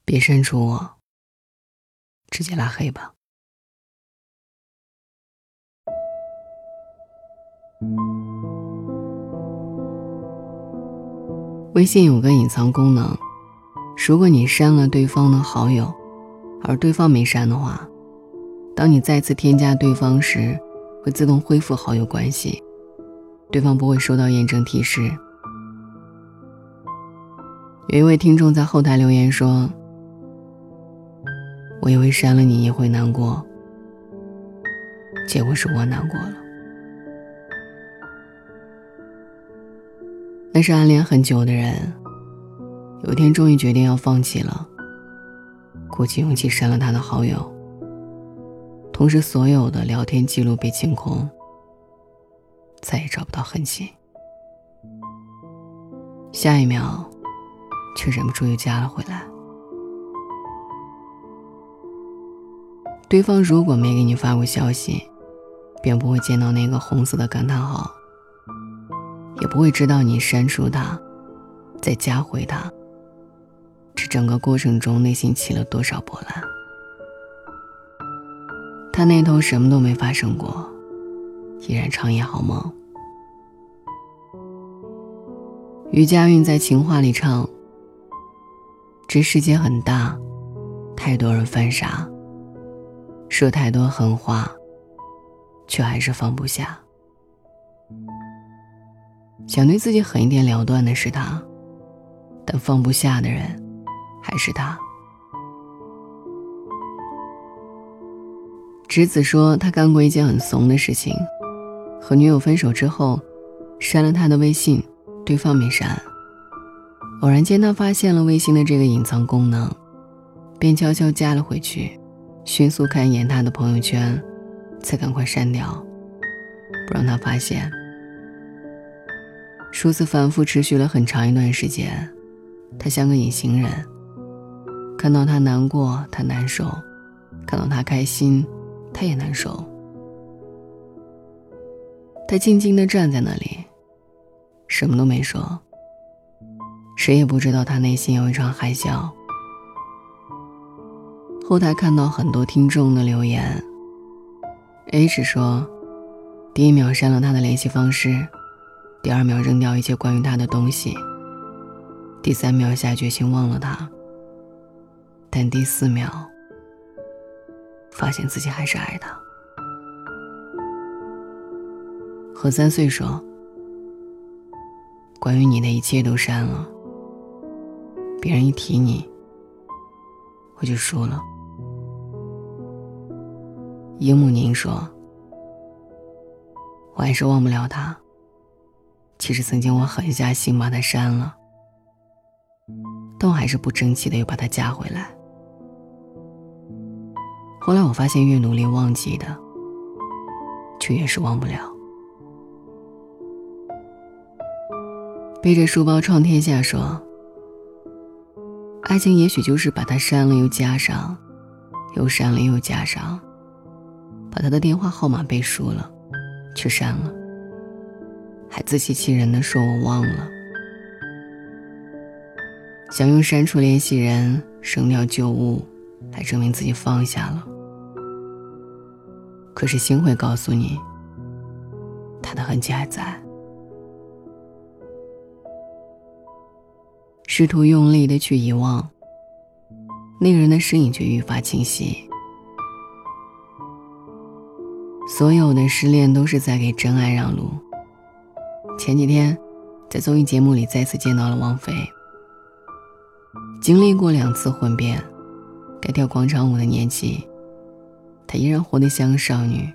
别删除我，直接拉黑吧。微信有个隐藏功能，如果你删了对方的好友，而对方没删的话，当你再次添加对方时，会自动恢复好友关系，对方不会收到验证提示。有一位听众在后台留言说，我以为删了你也会难过，结果是我难过了。那是暗恋很久的人，有一天终于决定要放弃了，鼓起勇气删了他的好友，同时所有的聊天记录被清空，再也找不到痕迹。下一秒却忍不住又加了回来。对方如果没给你发过消息，便不会见到那个红色的感叹号，也不会知道你删除他再加回他，这整个过程中内心起了多少波澜。他那头什么都没发生过，依然长夜好梦。余佳韵在情话里唱，这世界很大，太多人犯傻，说太多狠话，却还是放不下。想对自己狠一点了断的是他，但放不下的人还是他。直子说他干过一件很怂的事情，和女友分手之后删了他的微信，对方没删。偶然间他发现了微信的这个隐藏功能，便悄悄加了回去，迅速看一眼他的朋友圈，才赶快删掉，不让他发现。如此反复持续了很长一段时间，他像个隐形人，看到他难过他难受，看到他开心他也难受。他静静地站在那里，什么都没说，谁也不知道他内心有一场海啸。后台看到很多听众的留言， H 说，第一秒删了他的联系方式，第二秒扔掉一切关于他的东西，第三秒下决心忘了他，但第四秒发现自己还是爱他。何3岁说，关于你的一切都删了，别人一提你我就输了。樱木宁说，我还是忘不了他，其实曾经我狠下心把他删了，但我还是不争气的又把他加回来。后来我发现越努力忘记的，却越是忘不了。背着书包闯天下说，爱情也许就是把他删了又加上，又删了又加上，把他的电话号码背熟了却删了，还自欺欺人地说我忘了。想用删除联系人扔掉旧物来证明自己放下了，可是心会告诉你，他的痕迹还在。试图用力地去遗忘，那个人的身影却愈发清晰。所有的失恋都是在给真爱让路。前几天在综艺节目里再次见到了王菲，经历过2次婚变，该跳广场舞的年纪，她依然活得像个少女。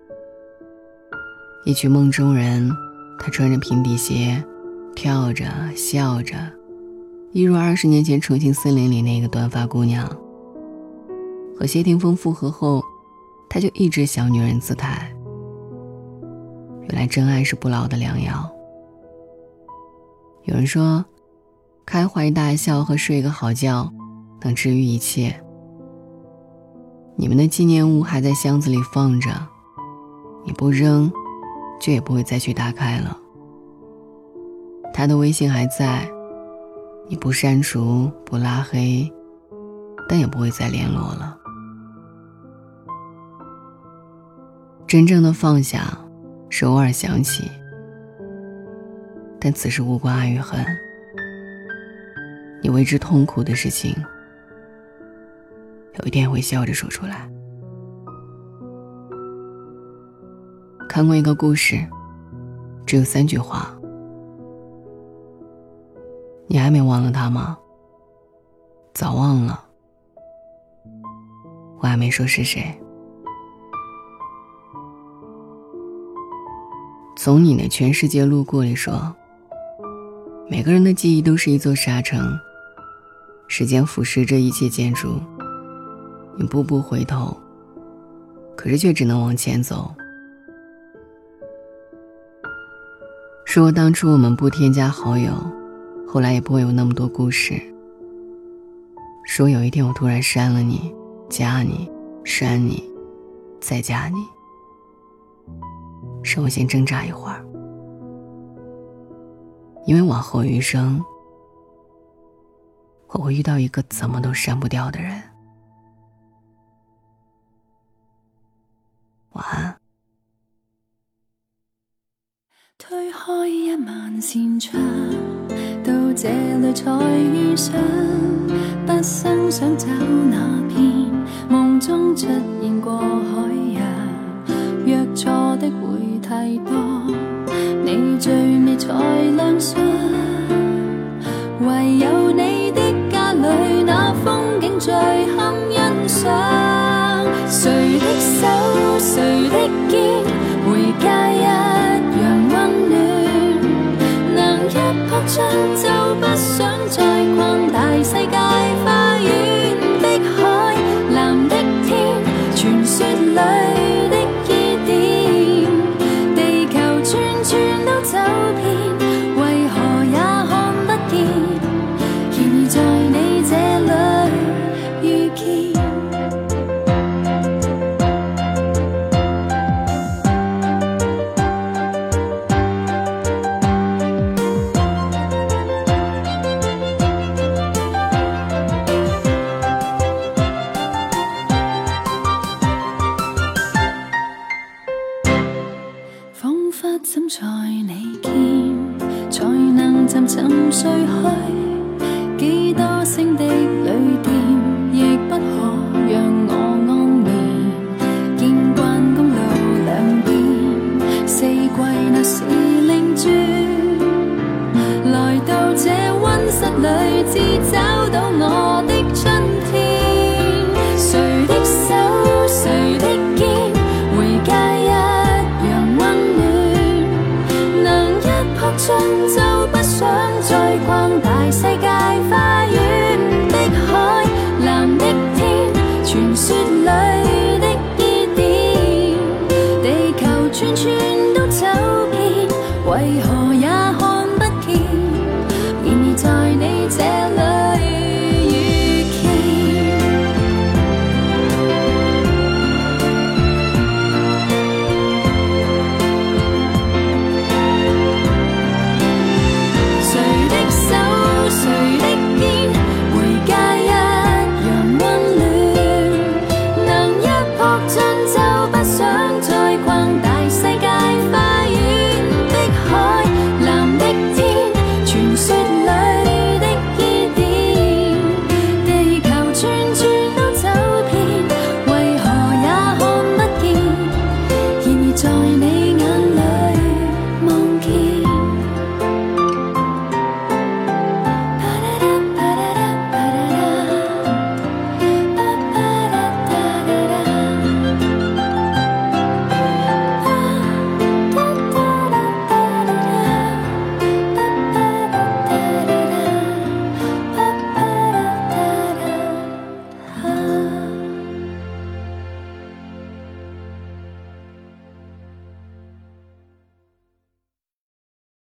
一曲梦中人，她穿着平底鞋，跳着笑着，一如20年前重庆森林里那个短发姑娘。和谢霆锋复合后，她就一直小女人姿态。原来真爱是不老的良药。有人说，开怀大笑和睡个好觉能治愈一切。你们的纪念物还在箱子里放着，你不扔，就也不会再去打开了。他的微信还在，你不删除不拉黑， 但也不会再联络了。真正的放下是偶尔想起，但此时无关爱与恨。你为之痛苦的事情，有一天会笑着说出来。看过一个故事，只有3句话。你还没忘了他吗？早忘了。我还没说是谁。从你的全世界路过里说，每个人的记忆都是一座沙城，时间腐蚀着一切建筑，你步步回头，可是却只能往前走。说当初我们不添加好友，后来也不会有那么多故事。说有一天我突然删了你，加你，删你，再加你，让我先挣扎一会儿，因为往后余生，我会遇到一个怎么都删不掉的人。晚安。 推开一萬扇窗，到這裏才遇上，不生想找那片夢中出現過海洋，約錯的會太多，你最美才亮相，唯有你的家裏那風景最堪欣賞，誰的手誰的肩，回家一就不想再逛大世界花園的海，藍的天，傳說裏的依點，地球轉轉都走遍，為何也看不見，然而在你這裏遇見。怎在你見，才能沉沉睡去？幾多星的旅店，亦不可讓我安眠。見慣公路兩邊，四季那時靈轉，來到這溫室裏，只找到我的春天。誰的手，誰的肩，回家一就不想再逛大世界花園的海，藍的天，傳說裏的依點，地球轉轉都走遍，為何